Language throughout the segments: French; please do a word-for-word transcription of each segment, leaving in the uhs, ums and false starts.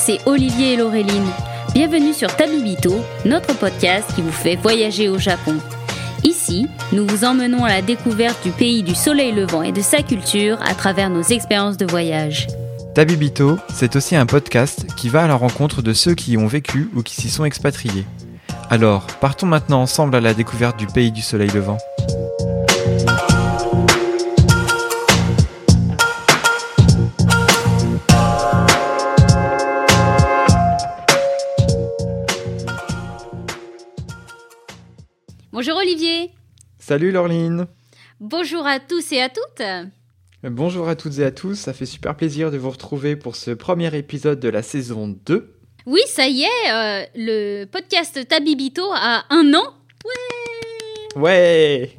c'est Olivier et Laureline. Bienvenue sur Tabibito, notre podcast qui vous fait voyager au Japon. Ici, nous vous emmenons à la découverte du pays du soleil levant et de sa culture à travers nos expériences de voyage. Tabibito, c'est aussi un podcast qui va à la rencontre de ceux qui y ont vécu ou qui s'y sont expatriés. Alors, partons maintenant ensemble à la découverte du pays du soleil levant. Bonjour Olivier. Salut Laureline. Bonjour à tous et à toutes. Bonjour à toutes et à tous, ça fait super plaisir de vous retrouver pour ce premier épisode de la saison deux. Oui, ça y est, euh, le podcast Tabibito a un an. Ouais. Ouais.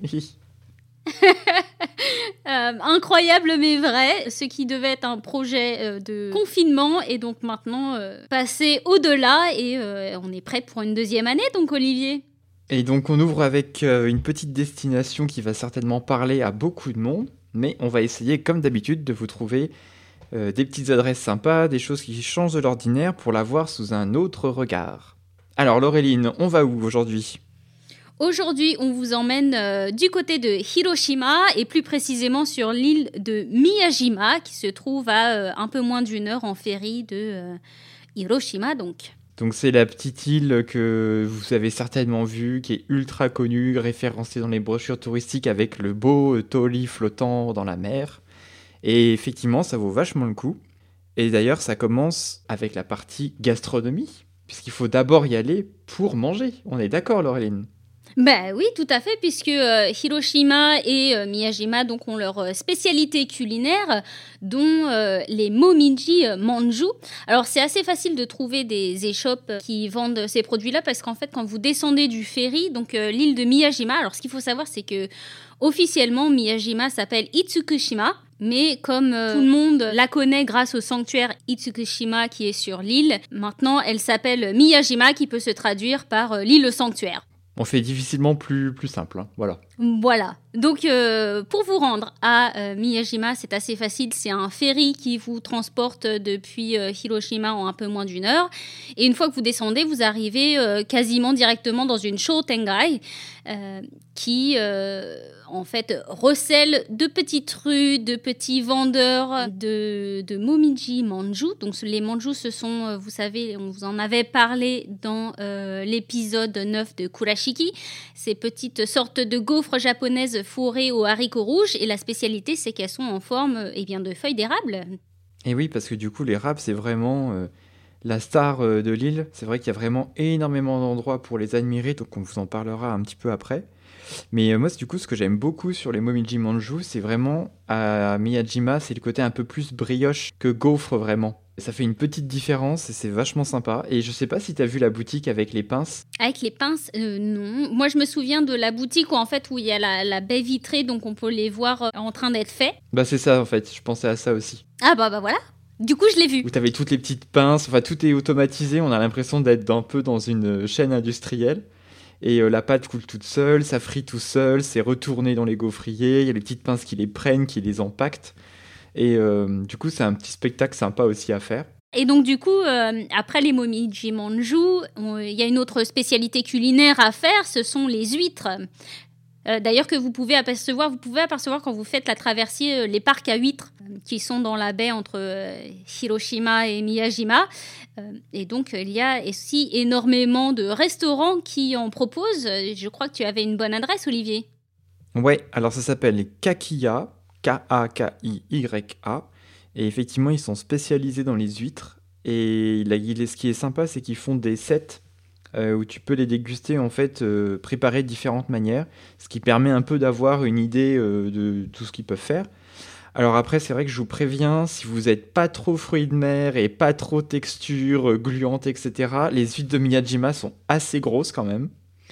euh, incroyable mais vrai, ce qui devait être un projet euh, de confinement est donc maintenant euh, passé au-delà et euh, on est prêt pour une deuxième année donc Olivier. Et donc on ouvre avec euh, une petite destination qui va certainement parler à beaucoup de monde, mais on va essayer comme d'habitude de vous trouver euh, des petites adresses sympas, des choses qui changent de l'ordinaire pour la voir sous un autre regard. Alors Laureline, on va où aujourd'hui ? Aujourd'hui, on vous emmène euh, du côté de Hiroshima et plus précisément sur l'île de Miyajima qui se trouve à euh, un peu moins d'une heure en ferry de euh, Hiroshima donc. Donc c'est la petite île que vous avez certainement vue, qui est ultra connue, référencée dans les brochures touristiques avec le beau toli flottant dans la mer. Et effectivement, ça vaut vachement le coup. Et d'ailleurs, ça commence avec la partie gastronomie, puisqu'il faut d'abord y aller pour manger. On est d'accord, Laureline ? Ben oui, tout à fait, puisque euh, Hiroshima et euh, Miyajima donc, ont leur euh, spécialité culinaire, dont euh, les momiji euh, manju. Alors, c'est assez facile de trouver des échoppes qui vendent ces produits-là, parce qu'en fait, quand vous descendez du ferry, donc euh, l'île de Miyajima, alors ce qu'il faut savoir, c'est que officiellement, Miyajima s'appelle Itsukushima, mais comme euh, tout le monde la connaît grâce au sanctuaire Itsukushima qui est sur l'île, maintenant, elle s'appelle Miyajima, qui peut se traduire par euh, l'île sanctuaire. On fait difficilement plus, plus simple, hein. Voilà. Voilà. Donc, euh, pour vous rendre à euh, Miyajima, c'est assez facile. C'est un ferry qui vous transporte depuis euh, Hiroshima en un peu moins d'une heure. Et une fois que vous descendez, vous arrivez euh, quasiment directement dans une shotengai euh, qui, euh, en fait, recèle de petites rues, de petits vendeurs de, de momiji manju. Donc, les manju, ce sont, vous savez, on vous en avait parlé dans euh, l'épisode neuf de Kurashiki, ces petites sortes de gaufres japonaises fourrées aux haricots rouges. Et la spécialité, c'est qu'elles sont en forme eh bien, de feuilles d'érable. Et oui, parce que du coup, l'érable, c'est vraiment euh, la star euh, de l'île. C'est vrai qu'il y a vraiment énormément d'endroits pour les admirer, donc on vous en parlera un petit peu après. Mais euh, moi, du coup, ce que j'aime beaucoup sur les momiji manju, c'est vraiment, à Miyajima, c'est le côté un peu plus brioche que gaufre, vraiment. Ça fait une petite différence et c'est vachement sympa. Et je sais pas si t'as vu la boutique avec les pinces. Avec les pinces, euh, non. Moi, je me souviens de la boutique où, en fait, où il y a la, la baie vitrée, donc on peut les voir euh, en train d'être faits. Bah c'est ça, en fait. Je pensais à ça aussi. Ah bah, bah voilà. Du coup, je l'ai vu. Où t'avais toutes les petites pinces. Enfin, tout est automatisé. On a l'impression d'être un peu dans une chaîne industrielle. Et euh, la pâte coule toute seule, ça frit tout seul, c'est retourné dans les gaufriers. Il y a les petites pinces qui les prennent, qui les empaquetent. Et euh, du coup, c'est un petit spectacle sympa aussi à faire. Et donc, du coup, euh, après les momiji manju, il y a une autre spécialité culinaire à faire, ce sont les huîtres. Euh, d'ailleurs, que vous pouvez apercevoir, vous pouvez apercevoir quand vous faites la traversée, euh, les parcs à huîtres euh, qui sont dans la baie entre euh, Hiroshima et Miyajima. Euh, et donc, il y a aussi énormément de restaurants qui en proposent. Je crois que tu avais une bonne adresse, Olivier. Ouais, alors ça s'appelle Kakiya, K A K I Y A. Et effectivement, ils sont spécialisés dans les huîtres. Et là, ce qui est sympa, c'est qu'ils font des sets euh, où tu peux les déguster, en fait, euh, préparés de différentes manières. Ce qui permet un peu d'avoir une idée euh, de tout ce qu'ils peuvent faire. Alors après, c'est vrai que je vous préviens, si vous n'êtes pas trop fruits de mer et pas trop texture, euh, gluante, et cetera, les huîtres de Miyajima sont assez grosses quand même.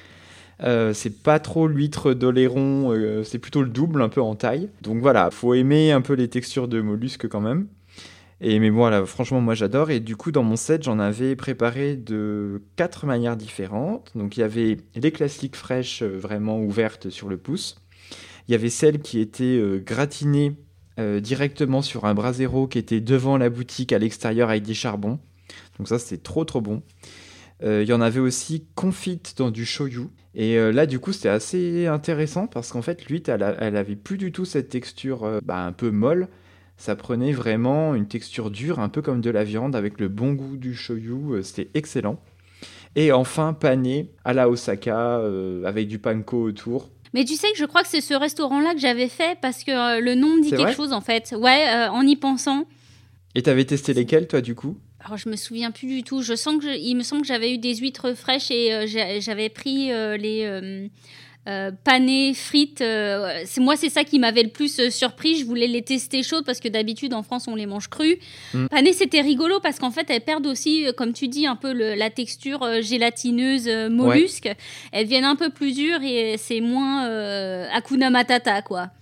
Euh, c'est pas trop l'huître d'Oléron, euh, c'est plutôt le double, un peu en taille. Donc voilà, faut aimer un peu les textures de mollusques quand même. Et mais voilà, franchement, moi j'adore. Et du coup, dans mon set, j'en avais préparé de quatre manières différentes. Donc il y avait les classiques fraîches, euh, vraiment ouvertes sur le pouce. Il y avait celles qui étaient euh, gratinées euh, directement sur un brasero qui était devant la boutique à l'extérieur avec des charbons. Donc ça, c'était trop trop bon. Il euh, y en avait aussi confite dans du shoyu. Et euh, là, du coup, c'était assez intéressant parce qu'en fait, l'huître, elle, a, elle avait plus du tout cette texture euh, bah, un peu molle. Ça prenait vraiment une texture dure, un peu comme de la viande, avec le bon goût du shoyu. Euh, c'était excellent. Et enfin, pané à la Osaka, euh, avec du panko autour. Mais tu sais que je crois que c'est ce restaurant-là que j'avais fait parce que euh, le nom me dit C'est quelque vrai chose, en fait. Ouais, euh, en y pensant. Et t'avais testé lesquels, toi, du coup ? Alors, je me souviens plus du tout. Je sens que je- il me semble que j'avais eu des huîtres fraîches et euh, j'a- j'avais pris euh, les euh, euh, panés frites. euh, c'est moi, c'est ça qui m'avait le plus euh, surpris. Je voulais les tester chaudes parce que d'habitude en France on les mange crus. Mm. Panés, c'était rigolo parce qu'en fait elles perdent aussi, euh, comme tu dis, un peu le- la texture euh, gélatineuse euh, mollusque. Ouais. Elles deviennent un peu plus dures et c'est moins euh, Hakuna Matata, quoi.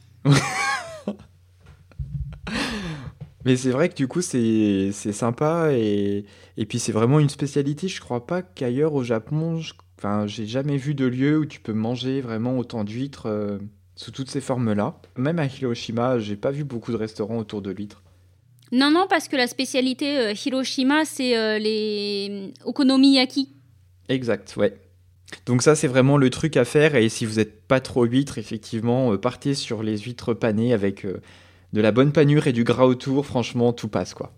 Mais c'est vrai que du coup, c'est, c'est sympa et, et puis c'est vraiment une spécialité. Je crois pas qu'ailleurs au Japon, je, enfin, j'ai jamais vu de lieu où tu peux manger vraiment autant d'huîtres euh, sous toutes ces formes-là. Même à Hiroshima, j'ai pas vu beaucoup de restaurants autour de l'huître. Non, non, parce que la spécialité euh, Hiroshima, c'est euh, les okonomiyaki. Exact, ouais. Donc ça, c'est vraiment le truc à faire. Et si vous n'êtes pas trop huître, effectivement, euh, partez sur les huîtres panées avec euh, de la bonne panure et du gras autour. Franchement, tout passe, quoi.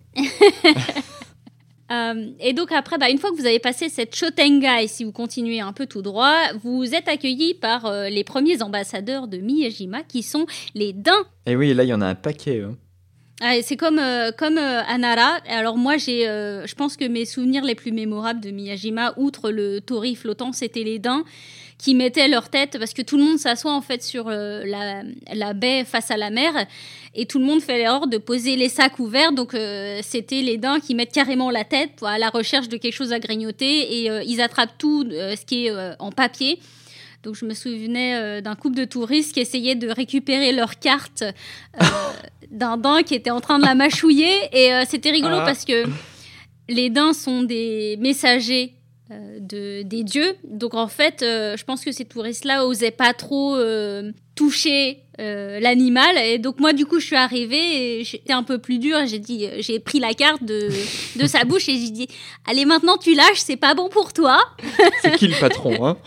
euh, et donc après, bah, une fois que vous avez passé cette Shotengai, si vous continuez un peu tout droit, vous êtes accueillis par euh, les premiers ambassadeurs de Miyajima, qui sont les daims. Et oui, là, il y en a un paquet. Hein. Ah, c'est comme, euh, comme euh, à Nara. Alors moi, j'ai, euh, je pense que mes souvenirs les plus mémorables de Miyajima, outre le tori flottant, c'était les daims qui mettaient leur tête, parce que tout le monde s'assoit en fait sur euh, la, la baie face à la mer, et tout le monde fait l'erreur de poser les sacs ouverts, donc euh, c'était les daims qui mettent carrément la tête à la recherche de quelque chose à grignoter, et euh, ils attrapent tout euh, ce qui est euh, en papier. Donc je me souvenais euh, d'un couple de touristes qui essayaient de récupérer leur carte euh, d'un daim qui était en train de la mâchouiller. Et euh, c'était rigolo ah. parce que les daims sont des messagers euh, de, des dieux. Donc en fait, euh, je pense que ces touristes-là n'osaient pas trop euh, toucher euh, l'animal. Et donc moi, du coup, je suis arrivée et j'étais un peu plus dure. J'ai, dit, j'ai pris la carte de, de sa bouche et j'ai dit « Allez, maintenant tu lâches, c'est pas bon pour toi. » C'est qui le patron, hein?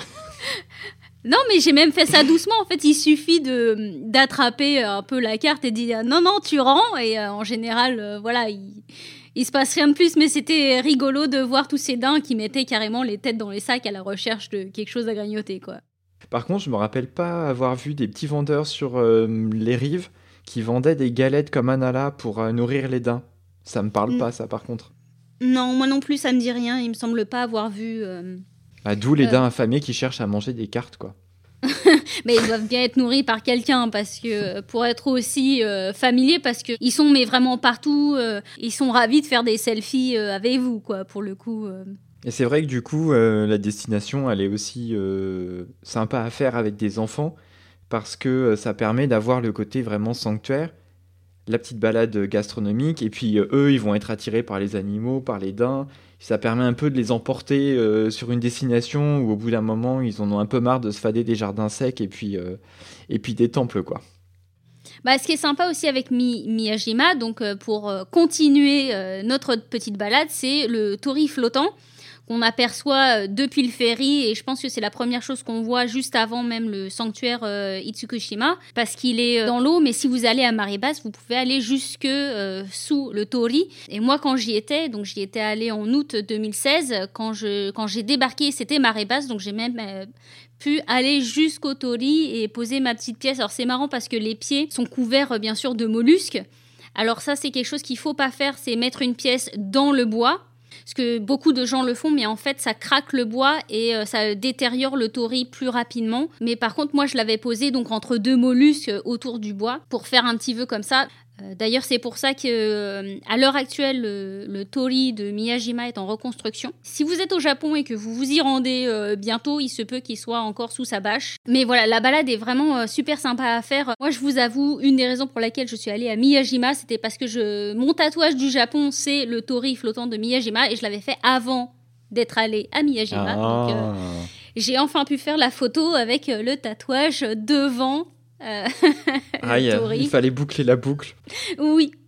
Non, mais j'ai même fait ça doucement. En fait, il suffit de, d'attraper un peu la carte et de dire non, non, tu rends. Et euh, en général, euh, voilà, il, il se passe rien de plus. Mais c'était rigolo de voir tous ces daims qui mettaient carrément les têtes dans les sacs à la recherche de quelque chose à grignoter, quoi. Par contre, je me rappelle pas avoir vu des petits vendeurs sur euh, les rives qui vendaient des galettes comme Anala pour euh, nourrir les daims. Ça me parle mmh. pas, ça, par contre. Non, moi non plus, ça me dit rien. Il me semble pas avoir vu... Euh... Ah, d'où les euh... daims affamés qui cherchent à manger des cartes, quoi. Mais ils doivent bien être nourris par quelqu'un parce que pour être aussi euh, familiers, parce qu'ils sont mais vraiment partout, euh, ils sont ravis de faire des selfies euh, avec vous, quoi, pour le coup. Euh. Et c'est vrai que du coup, euh, la destination, elle est aussi euh, sympa à faire avec des enfants parce que euh, ça permet d'avoir le côté vraiment sanctuaire, la petite balade gastronomique, et puis euh, eux, ils vont être attirés par les animaux, par les daims. Ça permet un peu de les emporter euh, sur une destination où au bout d'un moment, ils en ont un peu marre de se fader des jardins secs et puis, euh, et puis des temples, quoi. Bah, ce qui est sympa aussi avec Mi- Miyajima, donc euh, pour euh, continuer euh, notre petite balade, c'est le tori flottant qu'on aperçoit depuis le ferry, et je pense que c'est la première chose qu'on voit juste avant même le sanctuaire euh, Itsukushima, parce qu'il est dans l'eau, mais si vous allez à marée basse, vous pouvez aller jusque euh, sous le tori. Et moi, quand j'y étais, donc j'y étais allée en août deux mille seize, quand, je, quand j'ai débarqué, c'était marée basse, donc j'ai même euh, pu aller jusqu'au tori et poser ma petite pièce. Alors c'est marrant parce que les pieds sont couverts euh, bien sûr de mollusques. Alors ça, c'est quelque chose qu'il ne faut pas faire, c'est mettre une pièce dans le bois. Parce que beaucoup de gens le font, mais en fait, ça craque le bois et euh, ça détériore le tori plus rapidement. Mais par contre, moi, je l'avais posé donc entre deux mollusques euh, autour du bois pour faire un petit vœu comme ça. Euh, d'ailleurs, c'est pour ça que, euh, à l'heure actuelle, le, le tori de Miyajima est en reconstruction. Si vous êtes au Japon et que vous vous y rendez euh, bientôt, il se peut qu'il soit encore sous sa bâche. Mais voilà, la balade est vraiment euh, super sympa à faire. Moi, je vous avoue, une des raisons pour laquelle je suis allée à Miyajima, c'était parce que je, mon tatouage du Japon, c'est le tori flottant de Miyajima, et je l'avais fait avant d'être allée à Miyajima. Ah. Donc, euh, j'ai enfin pu faire la photo avec euh, le tatouage devant. Euh, Aïe, il fallait boucler la boucle. Oui.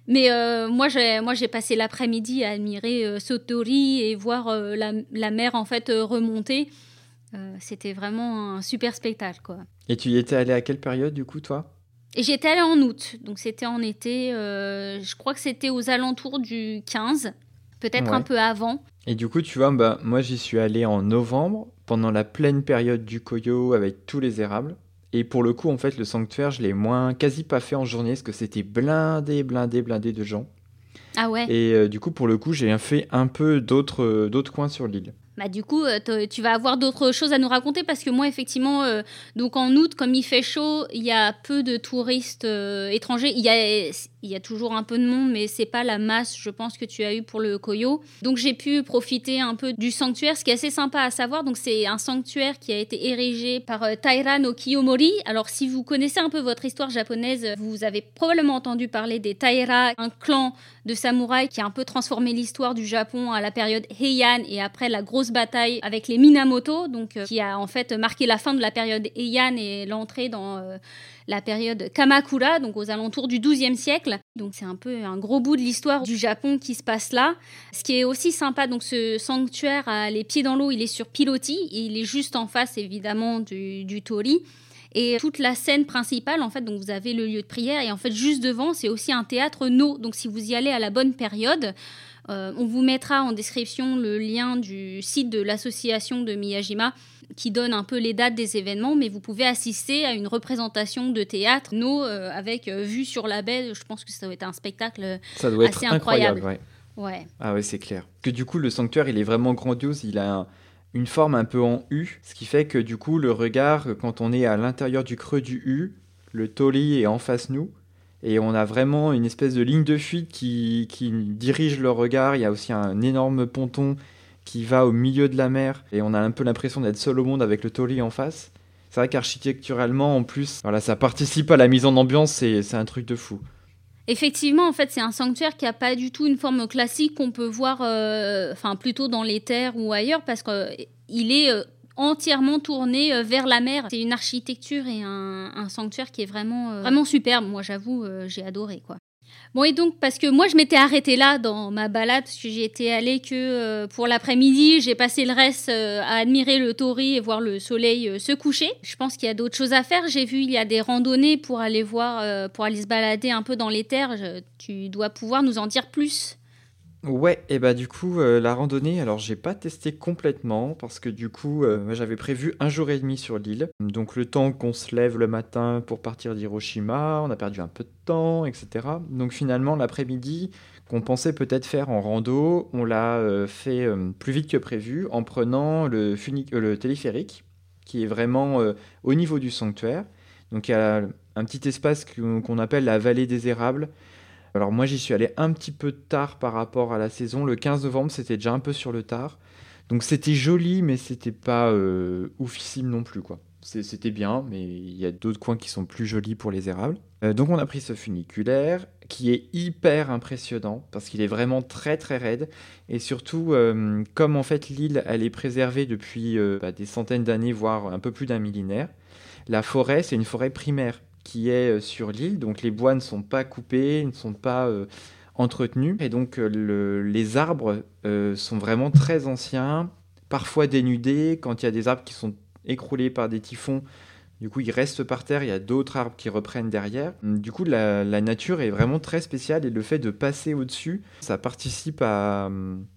Mais euh, moi, j'ai, moi, j'ai passé l'après-midi à admirer euh, ce torii et voir euh, la, la mer en fait euh, remonter. Euh, c'était vraiment un super spectacle, quoi. Et tu y étais allé à quelle période, du coup, toi? Et j'étais allée en août, donc c'était en été. Euh, je crois que c'était aux alentours du quinze, peut-être un Ouais. peu avant. Et du coup, tu vois, bah, moi, j'y suis allé en novembre, pendant la pleine période du Koyo, avec tous les érables. Et pour le coup, en fait, le sanctuaire, je l'ai moins, quasi pas fait en journée, parce que c'était blindé, blindé, blindé de gens. Ah ouais. Et euh, du coup, pour le coup, j'ai fait un peu d'autres euh, d'autres coins sur l'île. Bah du coup, euh, t- tu vas avoir d'autres choses à nous raconter parce que moi, effectivement, euh, donc en août, comme il fait chaud, il y a peu de touristes euh, étrangers. Il y a, il y a toujours un peu de monde, mais c'est pas la masse, je pense, que tu as eu pour le Koyo. Donc j'ai pu profiter un peu du sanctuaire, ce qui est assez sympa à savoir. Donc c'est un sanctuaire qui a été érigé par euh, Taira no Kiyomori. Alors si vous connaissez un peu votre histoire japonaise, vous avez probablement entendu parler des Taira, un clan de samouraïs qui a un peu transformé l'histoire du Japon à la période Heian et après la grosse bataille avec les Minamoto, donc euh, qui a en fait marqué la fin de la période Heian et l'entrée dans euh, la période Kamakura, donc aux alentours du douzième siècle. Donc c'est un peu un gros bout de l'histoire du Japon qui se passe là. Ce qui est aussi sympa, donc ce sanctuaire a les pieds dans l'eau, il est sur pilotis et il est juste en face évidemment du, du torii. Et toute la scène principale, en fait, donc vous avez le lieu de prière et en fait juste devant, c'est aussi un théâtre no. Donc si vous y allez à la bonne période, euh, on vous mettra en description le lien du site de l'association de Miyajima qui donne un peu les dates des événements, mais vous pouvez assister à une représentation de théâtre no euh, avec euh, vue sur la baie. Je pense que ça doit être un spectacle Ça doit assez être incroyable, incroyable. ouais. Ouais. Ah ouais, c'est clair. Que du coup, le sanctuaire, il est vraiment grandiose. Il a un- une forme un peu en U, ce qui fait que du coup, le regard, quand on est à l'intérieur du creux du U, le torii est en face nous. Et on a vraiment une espèce de ligne de fuite qui, qui dirige le regard. Il y a aussi un énorme ponton qui va au milieu de la mer. Et on a un peu l'impression d'être seul au monde avec le torii en face. C'est vrai qu'architecturalement, en plus, voilà, ça participe à la mise en ambiance. C'est, c'est un truc de fou. Effectivement, en fait, c'est un sanctuaire qui n'a pas du tout une forme classique qu'on peut voir, euh, enfin plutôt dans les terres ou ailleurs, parce qu'il est euh, entièrement tourné euh, vers la mer. C'est une architecture et un, un sanctuaire qui est vraiment, euh, vraiment superbe. Moi, j'avoue, euh, j'ai adoré, quoi. Bon, et donc, parce que moi, je m'étais arrêtée là dans ma balade, parce que j'y étais allée que euh, pour l'après-midi. J'ai passé le reste euh, à admirer le torii et voir le soleil euh, se coucher. Je pense qu'il y a d'autres choses à faire. J'ai vu, il y a des randonnées pour aller voir, euh, pour aller se balader un peu dans les terres. Je- tu dois pouvoir nous en dire plus. Ouais, et bah du coup, euh, la randonnée, alors j'ai pas testé complètement parce que du coup, euh, moi, j'avais prévu un jour et demi sur l'île. Donc le temps qu'on se lève le matin pour partir d'Hiroshima, on a perdu un peu de temps, et cetera. Donc finalement, l'après-midi, qu'on pensait peut-être faire en rando, on l'a euh, fait euh, plus vite que prévu en prenant le, funi- euh, le téléphérique qui est vraiment euh, au niveau du sanctuaire. Donc il y a un petit espace qu'on qu'on appelle la vallée des érables. Alors moi j'y suis allé un petit peu tard par rapport à la saison. Le quinze novembre c'était déjà un peu sur le tard. Donc c'était joli mais c'était pas euh, oufissime non plus quoi. C'est- C'était bien mais il y a d'autres coins qui sont plus jolis pour les érables. Euh, donc on a pris ce funiculaire qui est hyper impressionnant parce qu'il est vraiment très très raide. Et surtout euh, comme en fait l'île elle est préservée depuis euh, bah, des centaines d'années voire un peu plus d'un millénaire. La forêt c'est une forêt primaire qui est euh, sur l'île, donc les bois ne sont pas coupés, ne sont pas euh, entretenus, et donc euh, le- les arbres euh, sont vraiment très anciens, parfois dénudés, quand il y a des arbres qui sont écroulés par des typhons, du coup ils restent par terre, il y a d'autres arbres qui reprennent derrière. Du coup la, la nature est vraiment très spéciale, et le fait de passer au-dessus, ça participe à...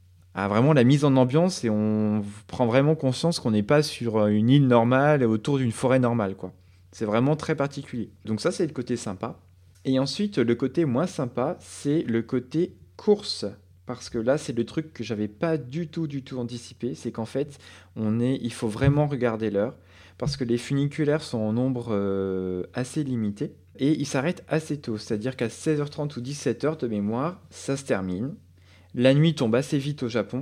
à vraiment la mise en ambiance et on prend vraiment conscience qu'on n'est pas sur une île normale autour d'une forêt normale, quoi. C'est vraiment très particulier. Donc ça, c'est le côté sympa. Et ensuite, le côté moins sympa, c'est le côté course. Parce que là, c'est le truc que j'avais pas du tout, du tout anticipé. C'est qu'en fait, on est, il faut vraiment regarder l'heure. Parce que les funiculaires sont en nombre euh, assez limité. Et ils s'arrêtent assez tôt. C'est-à-dire qu'à seize heures trente ou dix-sept heures de mémoire, ça se termine. La nuit tombe assez vite au Japon.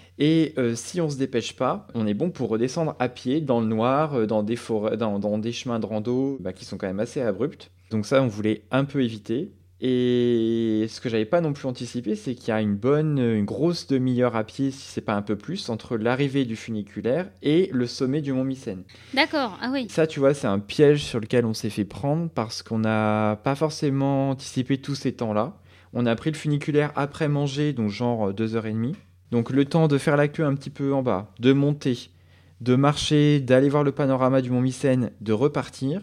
Et euh, si on se dépêche pas, on est bon pour redescendre à pied dans le noir, euh, dans des forêts, dans, dans des chemins de rando bah, qui sont quand même assez abrupts. Donc ça, on voulait un peu éviter. Et ce que j'avais pas non plus anticipé, c'est qu'il y a une bonne, une grosse demi-heure à pied, si c'est pas un peu plus, entre l'arrivée du funiculaire et le sommet du Mont Mycène. D'accord, ah oui. Ça, tu vois, c'est un piège sur lequel on s'est fait prendre parce qu'on n'a pas forcément anticipé tous ces temps-là. On a pris le funiculaire après manger, donc genre deux heures trente. Donc le temps de faire la queue un petit peu en bas, de monter, de marcher, d'aller voir le panorama du Mont Mycène, de repartir.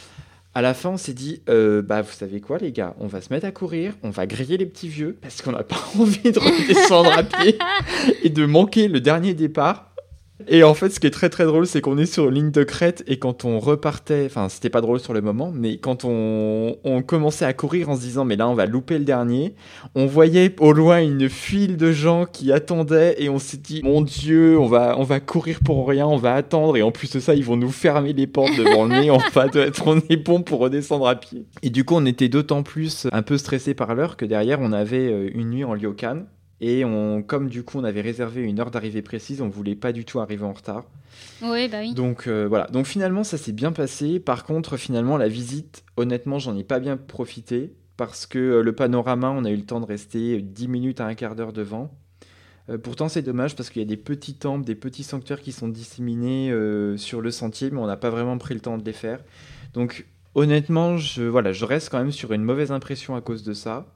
À la fin, on s'est dit, euh, bah vous savez quoi les gars, on va se mettre à courir, on va griller les petits vieux, parce qu'on n'a pas envie de redescendre à pied et de manquer le dernier départ. Et en fait, ce qui est très très drôle, c'est qu'on est sur une ligne de crête et quand on repartait, enfin c'était pas drôle sur le moment, mais quand on, on commençait à courir en se disant mais là on va louper le dernier, on voyait au loin une file de gens qui attendaient et on s'est dit mon Dieu, on va, on va courir pour rien, on va attendre et en plus de ça ils vont nous fermer les portes devant le nez, on va être on est bon pour redescendre à pied. Et du coup on était d'autant plus un peu stressé par l'heure que derrière on avait une nuit en ryokan. Et on, comme du coup on avait réservé une heure d'arrivée précise, on voulait pas du tout arriver en retard. Oui, bah oui. Donc euh, voilà. Donc finalement ça s'est bien passé. Par contre finalement la visite, honnêtement j'en ai pas bien profité parce que euh, le panorama, on a eu le temps de rester dix minutes à un quart d'heure devant. Euh, pourtant c'est dommage parce qu'il y a des petits temples, des petits sanctuaires qui sont disséminés euh, sur le sentier, mais on n'a pas vraiment pris le temps de les faire. Donc honnêtement je, voilà, je reste quand même sur une mauvaise impression à cause de ça.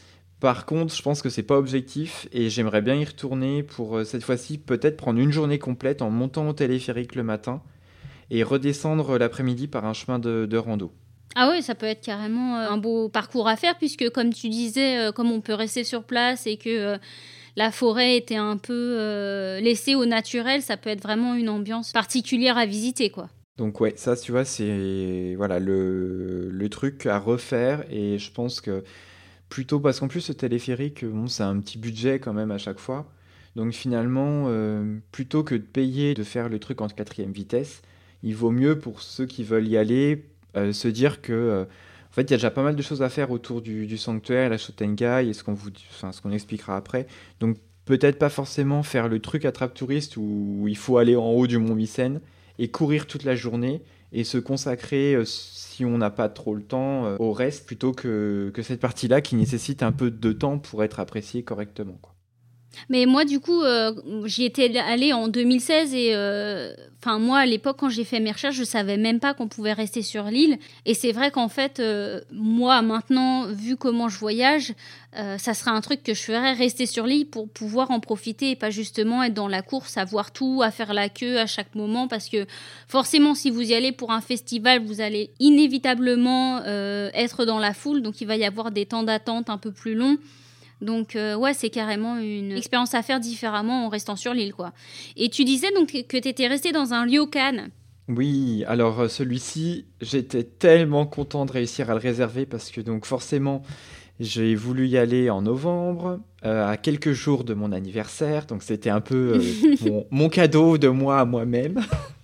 Par contre, je pense que c'est pas objectif et j'aimerais bien y retourner pour euh, cette fois-ci peut-être prendre une journée complète en montant au téléphérique le matin et redescendre l'après-midi par un chemin de, de rando. Ah oui, ça peut être carrément euh, un beau parcours à faire puisque comme tu disais, euh, comme on peut rester sur place et que euh, la forêt était un peu euh, laissée au naturel, ça peut être vraiment une ambiance particulière à visiter, quoi. Donc ouais, ça tu vois, c'est voilà, le, le truc à refaire et je pense que plutôt parce qu'en plus ce téléphérique, bon, c'est un petit budget quand même à chaque fois. Donc finalement, euh, plutôt que de payer, de faire le truc en quatrième vitesse, il vaut mieux pour ceux qui veulent y aller euh, se dire que, euh, en fait, il y a déjà pas mal de choses à faire autour du, du sanctuaire, la Shotengai, et ce qu'on vous, enfin, ce qu'on expliquera après. Donc peut-être pas forcément faire le truc attrape-touriste où il faut aller en haut du Mont Mycène et courir toute la journée et se consacrer, euh, si on n'a pas trop le temps, euh, au reste, plutôt que, que cette partie-là qui nécessite un peu de temps pour être appréciée correctement, quoi. Mais moi, du coup, euh, j'y étais allée en deux mille seize et euh, enfin moi, à l'époque, quand j'ai fait mes recherches, je savais même pas qu'on pouvait rester sur l'île. Et c'est vrai qu'en fait, euh, moi, maintenant, vu comment je voyage, euh, ça serait un truc que je ferais, rester sur l'île pour pouvoir en profiter et pas justement être dans la course, à voir tout, à faire la queue à chaque moment. Parce que forcément, si vous y allez pour un festival, vous allez inévitablement euh, être dans la foule. Donc, il va y avoir des temps d'attente un peu plus longs. Donc, euh, ouais, c'est carrément une expérience à faire différemment en restant sur l'île, quoi. Et tu disais donc que tu étais resté dans un ryokan. Oui, alors celui-ci, j'étais tellement content de réussir à le réserver parce que donc forcément, j'ai voulu y aller en novembre, euh, à quelques jours de mon anniversaire, donc c'était un peu euh, mon, mon cadeau de moi à moi-même.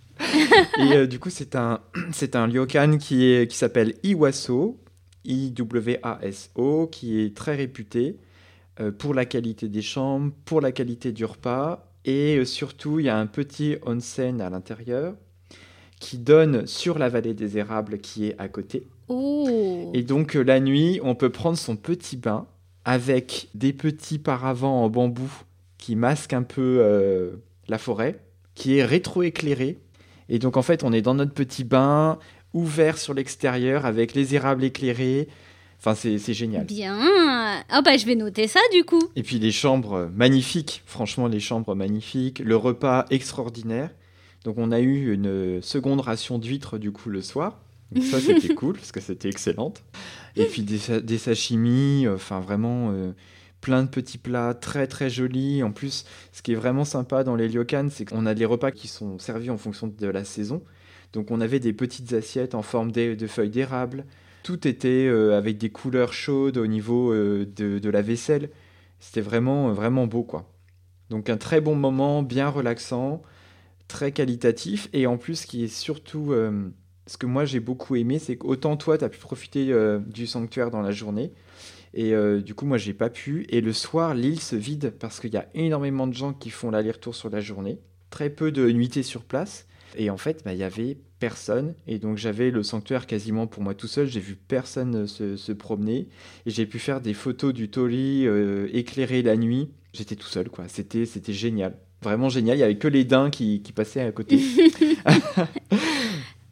Et euh, du coup, c'est un, c'est un ryokan qui, est, qui s'appelle Iwaso, I W A S O, qui est très réputé. Euh, pour la qualité des chambres, pour la qualité du repas, et euh, surtout, il y a un petit onsen à l'intérieur qui donne sur la vallée des érables qui est à côté. Oh. Et donc, euh, la nuit, on peut prendre son petit bain avec des petits paravents en bambou qui masquent un peu euh, la forêt, qui est rétro-éclairé. Et donc, en fait, on est dans notre petit bain, ouvert sur l'extérieur, avec les érables éclairés. Enfin, c'est, c'est génial. Bien. Ah bah, je vais noter ça, du coup. Et puis les chambres magnifiques, franchement les chambres magnifiques, le repas extraordinaire. Donc on a eu une seconde ration d'huîtres du coup le soir. Donc ça c'était cool parce que c'était excellente. Et puis des, des sashimi, enfin euh, vraiment euh, plein de petits plats très très jolis. En plus, ce qui est vraiment sympa dans les ryokan, c'est qu'on a des repas qui sont servis en fonction de la saison. Donc on avait des petites assiettes en forme de, de feuilles d'érable. Tout était euh, avec des couleurs chaudes au niveau euh, de, de la vaisselle. C'était vraiment, vraiment beau, quoi. Donc un très bon moment, bien relaxant, très qualitatif. Et en plus, ce qui est surtout... Euh, ce que moi, j'ai beaucoup aimé, c'est qu'autant toi, tu as pu profiter euh, du sanctuaire dans la journée. Et euh, du coup, moi, j'ai pas pu. Et le soir, l'île se vide parce qu'il y a énormément de gens qui font l'aller-retour sur la journée. Très peu de nuitées sur place. Et en fait, bah, il y avait personne. Et donc, j'avais le sanctuaire quasiment pour moi tout seul. J'ai vu personne se, se promener. Et j'ai pu faire des photos du Tori euh, éclairé la nuit. J'étais tout seul, quoi. C'était, c'était génial. Vraiment génial. Il n'y avait que les daims qui, qui passaient à côté.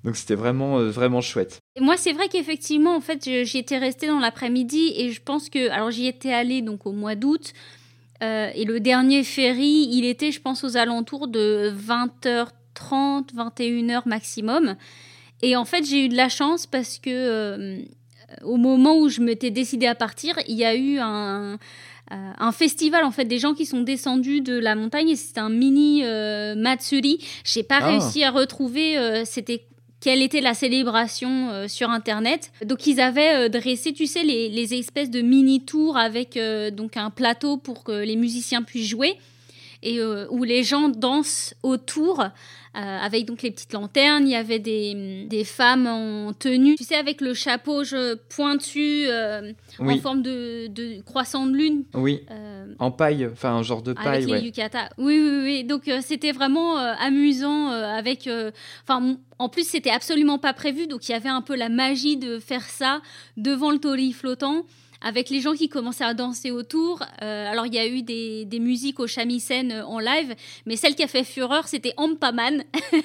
Donc c'était vraiment, euh, vraiment chouette. Et moi, c'est vrai qu'effectivement, en fait, je- j'y étais restée dans l'après-midi et je pense que... Alors, j'y étais allée donc, au mois d'août euh, et le dernier ferry, il était, je pense, aux alentours de vingt heures trente, vingt et une heures maximum. Et en fait, j'ai eu de la chance parce que euh, au moment où je m'étais décidée à partir, il y a eu un... Euh, un festival en fait des gens qui sont descendus de la montagne et c'était un mini euh, Matsuri. J'ai pas Ah. réussi à retrouver euh, c'était quelle était la célébration euh, sur internet. Donc ils avaient euh, dressé tu sais les, les espèces de mini tours avec euh, donc un plateau pour que les musiciens puissent jouer et euh, où les gens dansent autour euh, avec donc les petites lanternes. Il y avait des, des femmes en tenue, tu sais, avec le chapeau je, pointu euh, Oui. en forme de, de croissant de lune. Oui, Euh, en paille, enfin un genre de paille, avec les ouais. yukatas. Oui, oui, oui. Donc euh, c'était vraiment euh, amusant euh, avec... Enfin, euh, en plus, c'était absolument pas prévu. Donc il y avait un peu la magie de faire ça devant le torii flottant, avec les gens qui commençaient à danser autour. Euh, alors, il y a eu des, des musiques au shamisen euh, en live, mais celle qui a fait fureur, c'était Ampaman.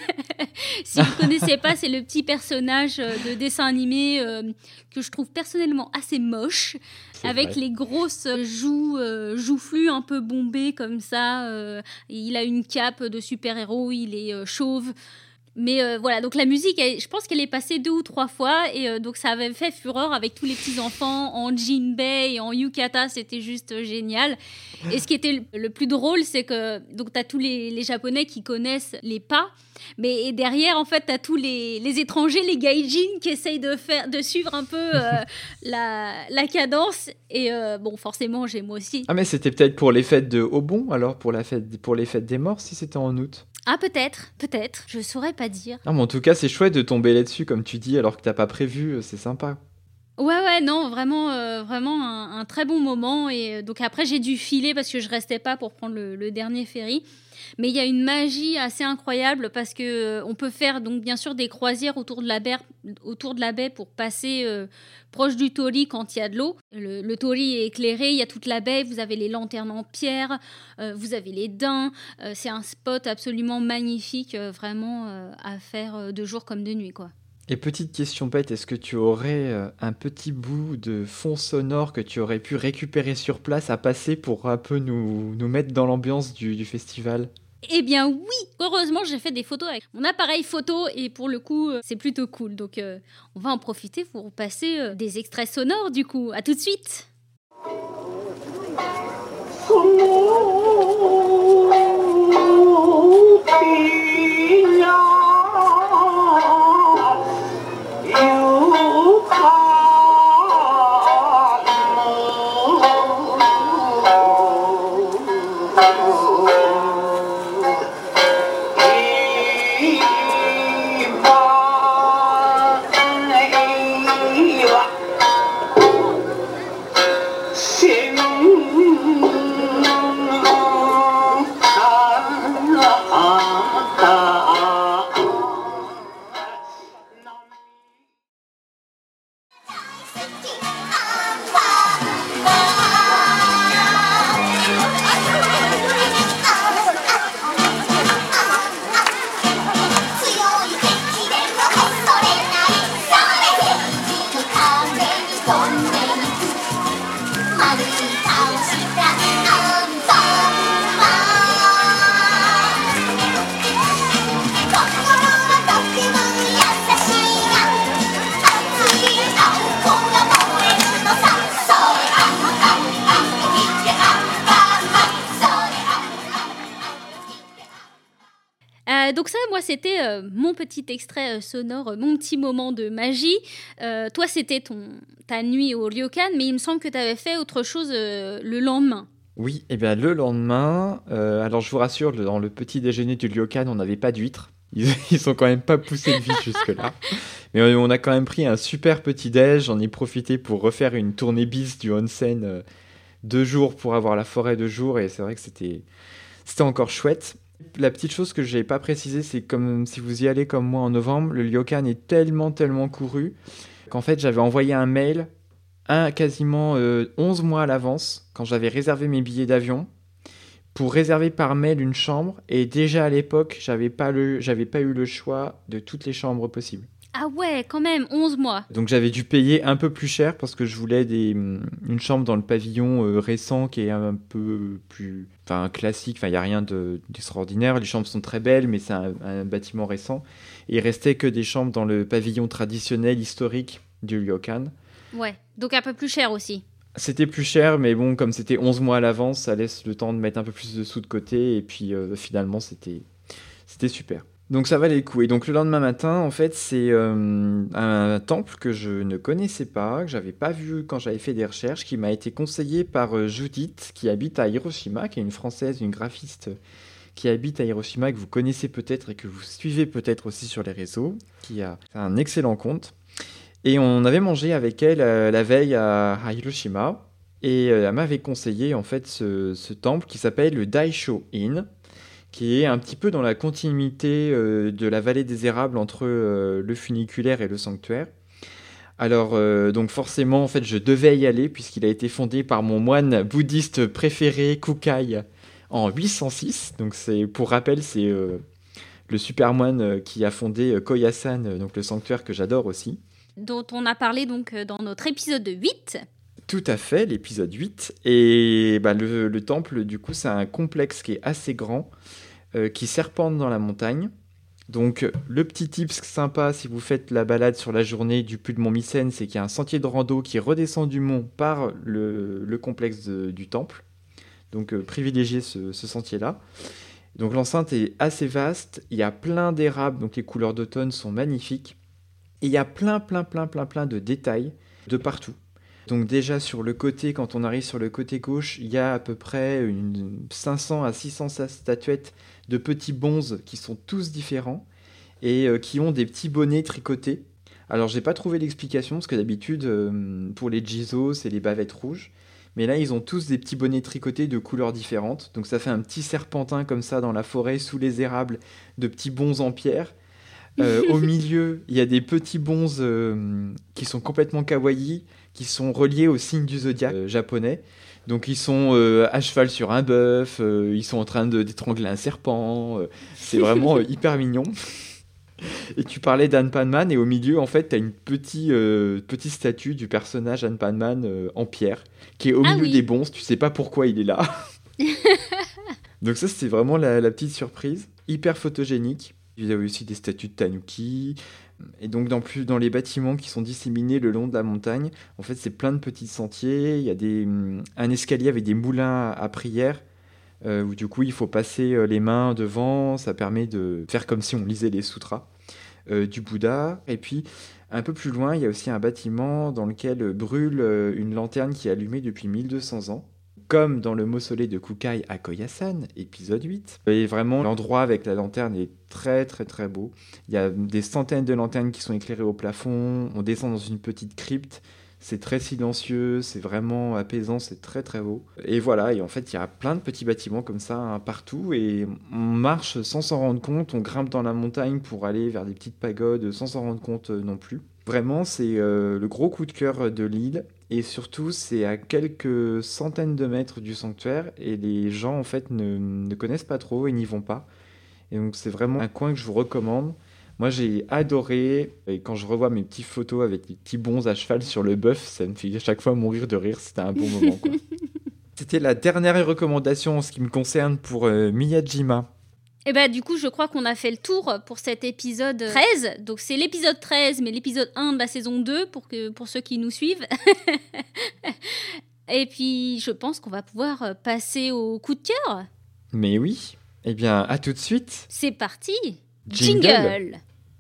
Si vous ne connaissez pas, c'est le petit personnage euh, de dessin animé euh, que je trouve personnellement assez moche, C'est avec vrai. les grosses joues, euh, joufflues un peu bombées comme ça. Euh, il a une cape de super-héros, il est euh, chauve. Mais euh, voilà, donc la musique, elle, je pense qu'elle est passée deux ou trois fois et euh, donc ça avait fait fureur avec tous les petits-enfants en jinbei et en yukata, c'était juste euh, génial. Et ce qui était le, le plus drôle, c'est que donc t'as tous les, les Japonais qui connaissent les pas, mais et derrière, en fait, t'as tous les, les étrangers, les gaijins qui essayent de, faire, de suivre un peu euh, la, la cadence. Et euh, bon, forcément, j'ai moi aussi. Ah mais c'était peut-être pour les fêtes de Obon, alors pour, la fête, pour les fêtes des morts, si c'était en août. Ah, peut-être, peut-être, je saurais pas dire. Non mais en tout cas c'est chouette de tomber là-dessus comme tu dis, alors que t'as pas prévu, euh, c'est sympa. Ouais, ouais, non, vraiment, euh, vraiment un, un très bon moment. Et euh, donc après, j'ai dû filer parce que je restais pas pour prendre le, le dernier ferry. Mais il y a une magie assez incroyable parce que euh, on peut faire donc bien sûr des croisières autour de la baie, autour de la baie pour passer euh, proche du torii quand il y a de l'eau. Le, le torii est éclairé, il y a toute la baie, vous avez les lanternes en pierre, euh, vous avez les daims. Euh, c'est un spot absolument magnifique, euh, vraiment euh, à faire euh, de jour comme de nuit, quoi. Et petite question bête, est-ce que tu aurais euh, un petit bout de fond sonore que tu aurais pu récupérer sur place à passer pour un peu nous, nous mettre dans l'ambiance du, du festival? Eh bien oui, heureusement j'ai fait des photos avec mon appareil photo et pour le coup euh, c'est plutôt cool. Donc euh, on va en profiter pour passer euh, des extraits sonores du coup. À tout de suite. Euh, donc ça, moi, c'était euh, mon petit extrait euh, sonore, euh, mon petit moment de magie. Euh, toi, c'était ton ta nuit au ryokan, mais il me semble que tu avais fait autre chose euh, le lendemain. Oui, et bien le lendemain, euh, alors je vous rassure, le- dans le petit déjeuner du ryokan, on n'avait pas d'huîtres. Ils, ils sont quand même pas poussés de vie jusque-là. Mais euh, on a quand même pris un super petit déj, j'en ai profité pour refaire une tournée bis du onsen euh, deux jours pour avoir la forêt de jour, et c'est vrai que c'était, c'était encore chouette. La petite chose que je n'ai pas précisé, c'est comme si vous y allez comme moi en novembre, le ryokan est tellement, tellement couru qu'en fait j'avais envoyé un mail un, quasiment euh, onze mois à l'avance, quand j'avais réservé mes billets d'avion, pour réserver par mail une chambre. Et déjà à l'époque, j'avais pas, le, j'avais pas eu le choix de toutes les chambres possibles. Ah ouais, quand même, onze mois. Donc j'avais dû payer un peu plus cher parce que je voulais des, une chambre dans le pavillon euh, récent qui est un peu plus enfin, classique. Enfin, il n'y a rien de, d'extraordinaire. Les chambres sont très belles, mais c'est un, un bâtiment récent. Et il restait que des chambres dans le pavillon traditionnel, historique du ryokan. Ouais, donc un peu plus cher aussi. C'était plus cher, mais bon, comme c'était onze mois à l'avance, ça laisse le temps de mettre un peu plus de sous de côté. Et puis euh, finalement, c'était, c'était super. Donc ça valait le coup. Et donc le lendemain matin, en fait, c'est euh, un temple que je ne connaissais pas, que j'avais pas vu quand j'avais fait des recherches, qui m'a été conseillé par euh, Judith, qui habite à Hiroshima, qui est une Française, une graphiste qui habite à Hiroshima, que vous connaissez peut-être et que vous suivez peut-être aussi sur les réseaux, qui a un excellent compte. Et on avait mangé avec elle euh, la veille à, à Hiroshima, et euh, elle m'avait conseillé en fait ce, ce temple qui s'appelle le Daisho Inn, qui est un petit peu dans la continuité euh, de la vallée des érables entre euh, le funiculaire et le sanctuaire. Alors, euh, donc forcément, en fait, je devais y aller puisqu'il a été fondé par mon moine bouddhiste préféré, Kukai, en huit cent six. Donc, c'est, pour rappel, c'est euh, le super moine euh, qui a fondé euh, Koyasan, euh, donc le sanctuaire que j'adore aussi. Dont on a parlé donc dans notre épisode huit. Tout à fait, l'épisode huit. Et bah, le, le temple, du coup, c'est un complexe qui est assez grand, euh, qui serpente dans la montagne. Donc, le petit tips sympa, si vous faites la balade sur la journée du puits de Montmycène, c'est qu'il y a un sentier de rando qui redescend du mont par le, le complexe de, du temple. Donc, euh, privilégiez ce, ce sentier-là. Donc, l'enceinte est assez vaste. Il y a plein d'érables, donc les couleurs d'automne sont magnifiques. Et il y a plein, plein, plein, plein, plein de détails de partout. Donc déjà sur le côté, quand on arrive sur le côté gauche, il y a à peu près une cinq cents à six cents statuettes de petits bonzes qui sont tous différents et euh, qui ont des petits bonnets tricotés. Alors j'ai pas trouvé l'explication parce que d'habitude euh, pour les Jizo c'est les bavettes rouges, mais là ils ont tous des petits bonnets tricotés de couleurs différentes. Donc ça fait un petit serpentin comme ça dans la forêt sous les érables de petits bonzes en pierre. Euh, au milieu, il y a des petits bonzes euh, qui sont complètement kawaii, qui sont reliés au signe du zodiaque euh, japonais. Donc ils sont euh, à cheval sur un bœuf, euh, ils sont en train de d'étrangler un serpent. Euh, c'est vraiment euh, hyper mignon. Et tu parlais d'Anne Panman, et au milieu, en fait, tu as une petite, euh, petite statue du personnage Anne Panman euh, en pierre, qui est au Ah milieu oui. des bonzes. Tu sais pas pourquoi il est là. Donc ça, c'était vraiment la, la petite surprise. Hyper photogénique. Il y a aussi des statues de tanuki. Et donc, dans, plus, dans les bâtiments qui sont disséminés le long de la montagne, en fait, c'est plein de petits sentiers. Il y a des, un escalier avec des moulins à prière, euh, où du coup, il faut passer euh, les mains devant. Ça permet de faire comme si on lisait les sutras euh, du Bouddha. Et puis, un peu plus loin, il y a aussi un bâtiment dans lequel brûle euh, une lanterne qui est allumée depuis mille deux cents ans. Comme dans le mausolée de Kukai à Koyasan, épisode huit. Et vraiment, l'endroit avec la lanterne est très très très beau. Il y a des centaines de lanternes qui sont éclairées au plafond. On descend dans une petite crypte. C'est très silencieux, c'est vraiment apaisant, c'est très très beau. Et voilà, et en fait, il y a plein de petits bâtiments comme ça hein, partout. Et on marche sans s'en rendre compte. On grimpe dans la montagne pour aller vers des petites pagodes sans s'en rendre compte euh, non plus. Vraiment, c'est euh, le gros coup de cœur de l'île. Et surtout, c'est à quelques centaines de mètres du sanctuaire et les gens, en fait, ne, ne connaissent pas trop et n'y vont pas. Et donc, c'est vraiment un coin que je vous recommande. Moi, j'ai adoré. Et quand je revois mes petites photos avec les petits bonzes à cheval sur le bœuf, ça me fait à chaque fois mourir de rire. C'était un bon moment, quoi. C'était la dernière recommandation en ce qui me concerne pour euh, Miyajima. Et bah du coup, je crois qu'on a fait le tour pour cet épisode treize. Donc c'est l'épisode treize, mais l'épisode un de la saison deux, pour, que, pour ceux qui nous suivent. Et puis, je pense qu'on va pouvoir passer au coup de cœur. Mais oui. Eh bien, à tout de suite. C'est parti. Jingle. Jingle.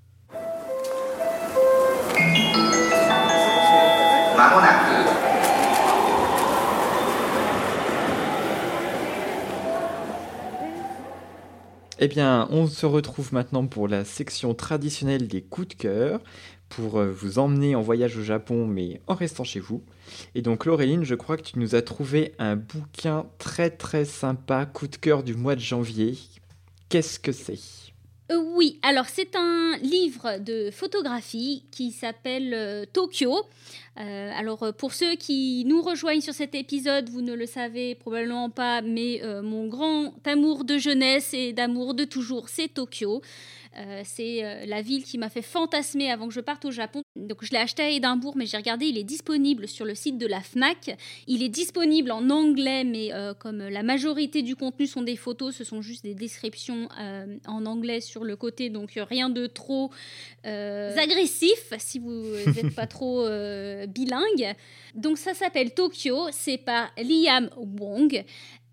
Eh bien, on se retrouve maintenant pour la section traditionnelle des coups de cœur, pour vous emmener en voyage au Japon, mais en restant chez vous. Et donc, Laureline, je crois que tu nous as trouvé un bouquin très très sympa, coup de cœur du mois de janvier. Qu'est-ce que c'est ? Euh, oui, alors c'est un livre de photographie qui s'appelle euh, Tokyo. Euh, alors euh, pour ceux qui nous rejoignent sur cet épisode, vous ne le savez probablement pas, mais euh, mon grand amour de jeunesse et d'amour de toujours, c'est Tokyo. Euh, c'est euh, la ville qui m'a fait fantasmer avant que je parte au Japon. Donc je l'ai acheté à Édimbourg, mais j'ai regardé, il est disponible sur le site de la Fnac. Il est disponible en anglais, mais euh, comme la majorité du contenu sont des photos, ce sont juste des descriptions euh, en anglais sur le côté, donc euh, rien de trop euh, agressif si vous n'êtes pas trop euh, bilingue. Donc ça s'appelle Tokyo, c'est par Liam Wong.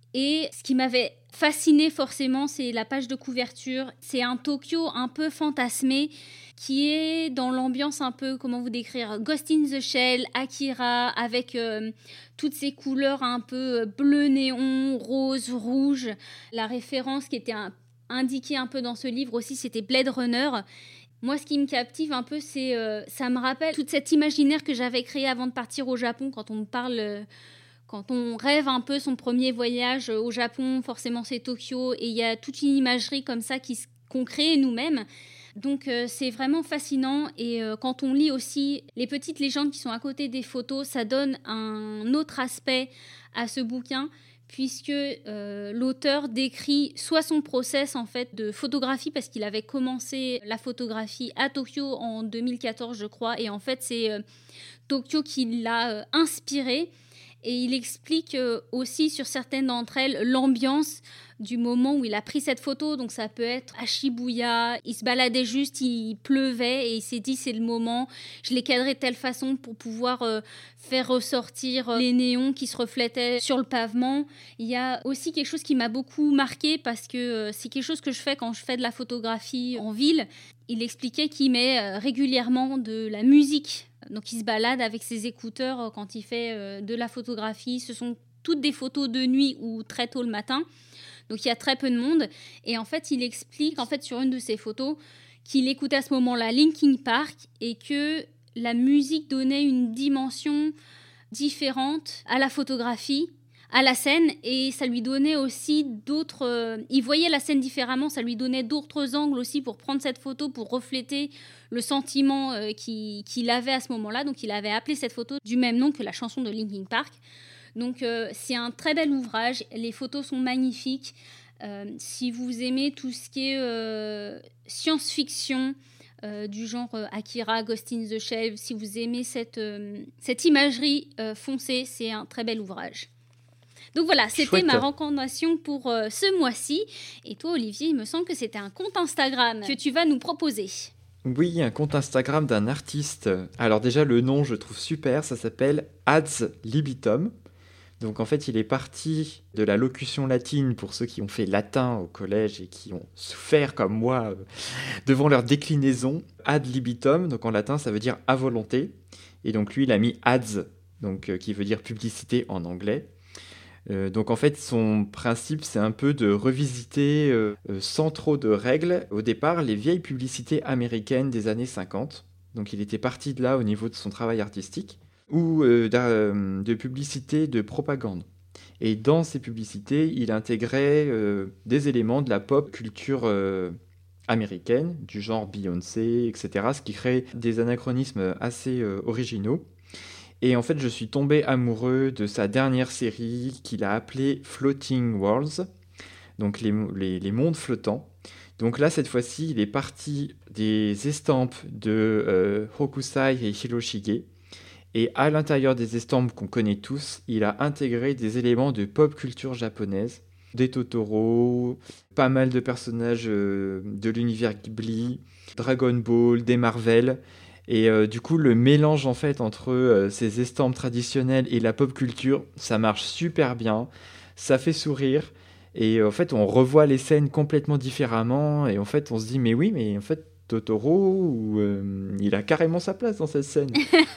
Et ce qui m'avait fasciné forcément, c'est la page de couverture. C'est un Tokyo un peu fantasmé qui est dans l'ambiance un peu, comment vous décrire, Ghost in the Shell, Akira, avec euh, toutes ces couleurs un peu bleu néon, rose, rouge. La référence qui était un, indiquée un peu dans ce livre aussi, c'était Blade Runner. Moi, ce qui me captive un peu, c'est euh, ça me rappelle tout cet imaginaire que j'avais créé avant de partir au Japon, quand on me parle... Euh, Quand on rêve un peu son premier voyage au Japon, forcément c'est Tokyo, et il y a toute une imagerie comme ça qui, qu'on crée nous-mêmes. Donc euh, c'est vraiment fascinant, et euh, quand on lit aussi les petites légendes qui sont à côté des photos, ça donne un autre aspect à ce bouquin, puisque euh, l'auteur décrit soit son process en fait de photographie, parce qu'il avait commencé la photographie à Tokyo en deux mille quatorze je crois, et en fait c'est euh, Tokyo qui l'a euh, inspiré. Et il explique euh, aussi sur certaines d'entre elles l'ambiance du moment où il a pris cette photo. Donc ça peut être à Shibuya, il se baladait juste, il pleuvait et il s'est dit c'est le moment. Je l'ai cadré de telle façon pour pouvoir euh, faire ressortir euh, les néons qui se reflétaient sur le pavement. Il y a aussi quelque chose qui m'a beaucoup marqué parce que euh, c'est quelque chose que je fais quand je fais de la photographie en ville. Il expliquait qu'il met euh, régulièrement de la musique. Donc il se balade avec ses écouteurs quand il fait euh, de la photographie. Ce sont toutes des photos de nuit ou très tôt le matin. Donc il y a très peu de monde. Et en fait, il explique en fait, sur une de ses photos qu'il écoutait à ce moment-là Linkin Park et que la musique donnait une dimension différente à la photographie, à la scène, et ça lui donnait aussi d'autres... Euh, il voyait la scène différemment, ça lui donnait d'autres angles aussi pour prendre cette photo, pour refléter le sentiment euh, qu'il, qu'il avait à ce moment-là. Donc il avait appelé cette photo du même nom que la chanson de Linkin Park. Donc euh, c'est un très bel ouvrage, les photos sont magnifiques. Euh, si vous aimez tout ce qui est euh, science-fiction, euh, du genre euh, Akira, Ghost in the Shell, si vous aimez cette, euh, cette imagerie, euh, foncez, c'est un très bel ouvrage. Donc voilà, c'était Chouette. ma recommandation pour euh, ce mois-ci. Et toi, Olivier, il me semble que c'était un compte Instagram que tu vas nous proposer. Oui, un compte Instagram d'un artiste. Alors déjà, le nom, je trouve super, ça s'appelle Ads Libitum. Donc en fait, il est parti de la locution latine pour ceux qui ont fait latin au collège et qui ont souffert comme moi euh, devant leur déclinaison. Ad libitum, donc en latin, ça veut dire à volonté. Et donc lui, il a mis ads, donc, euh, qui veut dire publicité en anglais. Euh, donc en fait, son principe, c'est un peu de revisiter euh, euh, sans trop de règles, au départ, les vieilles publicités américaines des années cinquante. Donc il était parti de là au niveau de son travail artistique, ou euh, de, de publicités de propagande. Et dans ces publicités, il intégrait euh, des éléments de la pop culture euh, américaine, du genre Beyoncé, et cetera, ce qui crée des anachronismes assez euh, originaux. Et en fait, je suis tombé amoureux de sa dernière série qu'il a appelée Floating Worlds, donc les, les, les mondes flottants. Donc là, cette fois-ci, il est parti des estampes de euh, Hokusai et Hiroshige. Et à l'intérieur des estampes qu'on connaît tous, il a intégré des éléments de pop culture japonaise, des Totoro, pas mal de personnages euh, de l'univers Ghibli, Dragon Ball, des Marvel. Et euh, du coup, le mélange en fait entre euh, ces estampes traditionnelles et la pop culture, ça marche super bien, ça fait sourire. Et euh, en fait, on revoit les scènes complètement différemment. Et en fait, on se dit, mais oui, mais en fait, Totoro, ou, euh, il a carrément sa place dans cette scène.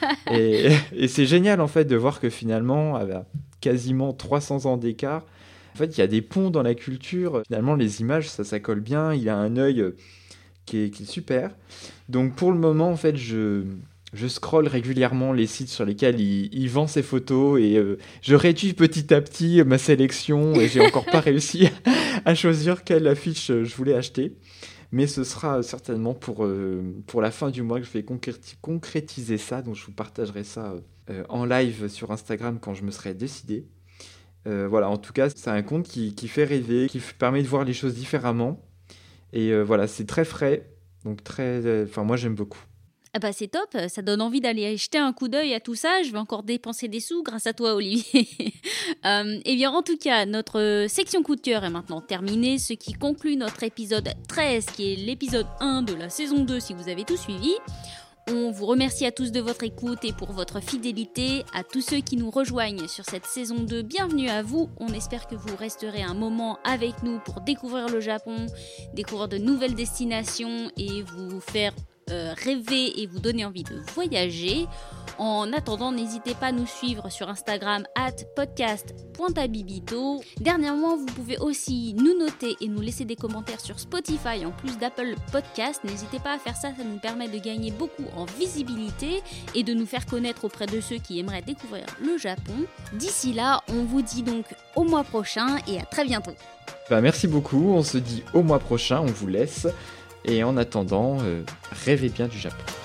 et, et c'est génial en fait de voir que finalement, avec quasiment trois cents ans d'écart, en fait, il y a des ponts dans la culture. Finalement, les images, ça, ça colle bien. Il a un œil euh, qui, est, qui est super. Donc pour le moment, en fait, je, je scrolle régulièrement les sites sur lesquels il, il vend ses photos et euh, je réduis petit à petit ma sélection et j'ai encore pas réussi à choisir quelle affiche je voulais acheter. mais ce sera certainement pour, euh, pour la fin du mois que je vais concréti- concrétiser ça, donc je vous partagerai ça euh, en live sur Instagram quand je me serai décidé. Euh, voilà, en tout cas, c'est un compte qui, qui fait rêver, qui f- permet de voir les choses différemment, et euh, voilà, c'est très frais, donc très, enfin euh, moi j'aime beaucoup. Ah bah c'est top, ça donne envie d'aller jeter un coup d'œil à tout ça. Je vais encore dépenser des sous grâce à toi, Olivier. euh, et bien en tout cas, notre section coup de cœur est maintenant terminée, ce qui conclut notre épisode treize, qui est l'épisode un de la saison deux si vous avez tout suivi. On vous remercie à tous de votre écoute et pour votre fidélité. À tous ceux qui nous rejoignent sur cette saison deux, bienvenue à vous. On espère que vous resterez un moment avec nous pour découvrir le Japon, découvrir de nouvelles destinations et vous faire euh, rêver et vous donner envie de voyager. En attendant, n'hésitez pas à nous suivre sur Instagram arobase podcast point abibito. Dernièrement, vous pouvez aussi nous noter et nous laisser des commentaires sur Spotify en plus d'Apple Podcast. N'hésitez pas à faire ça, ça nous permet de gagner beaucoup en visibilité et de nous faire connaître auprès de ceux qui aimeraient découvrir le Japon. D'ici là, on vous dit donc au mois prochain et à très bientôt. Bah, merci beaucoup, on se dit au mois prochain, on vous laisse. Et en attendant, euh, rêvez bien du Japon.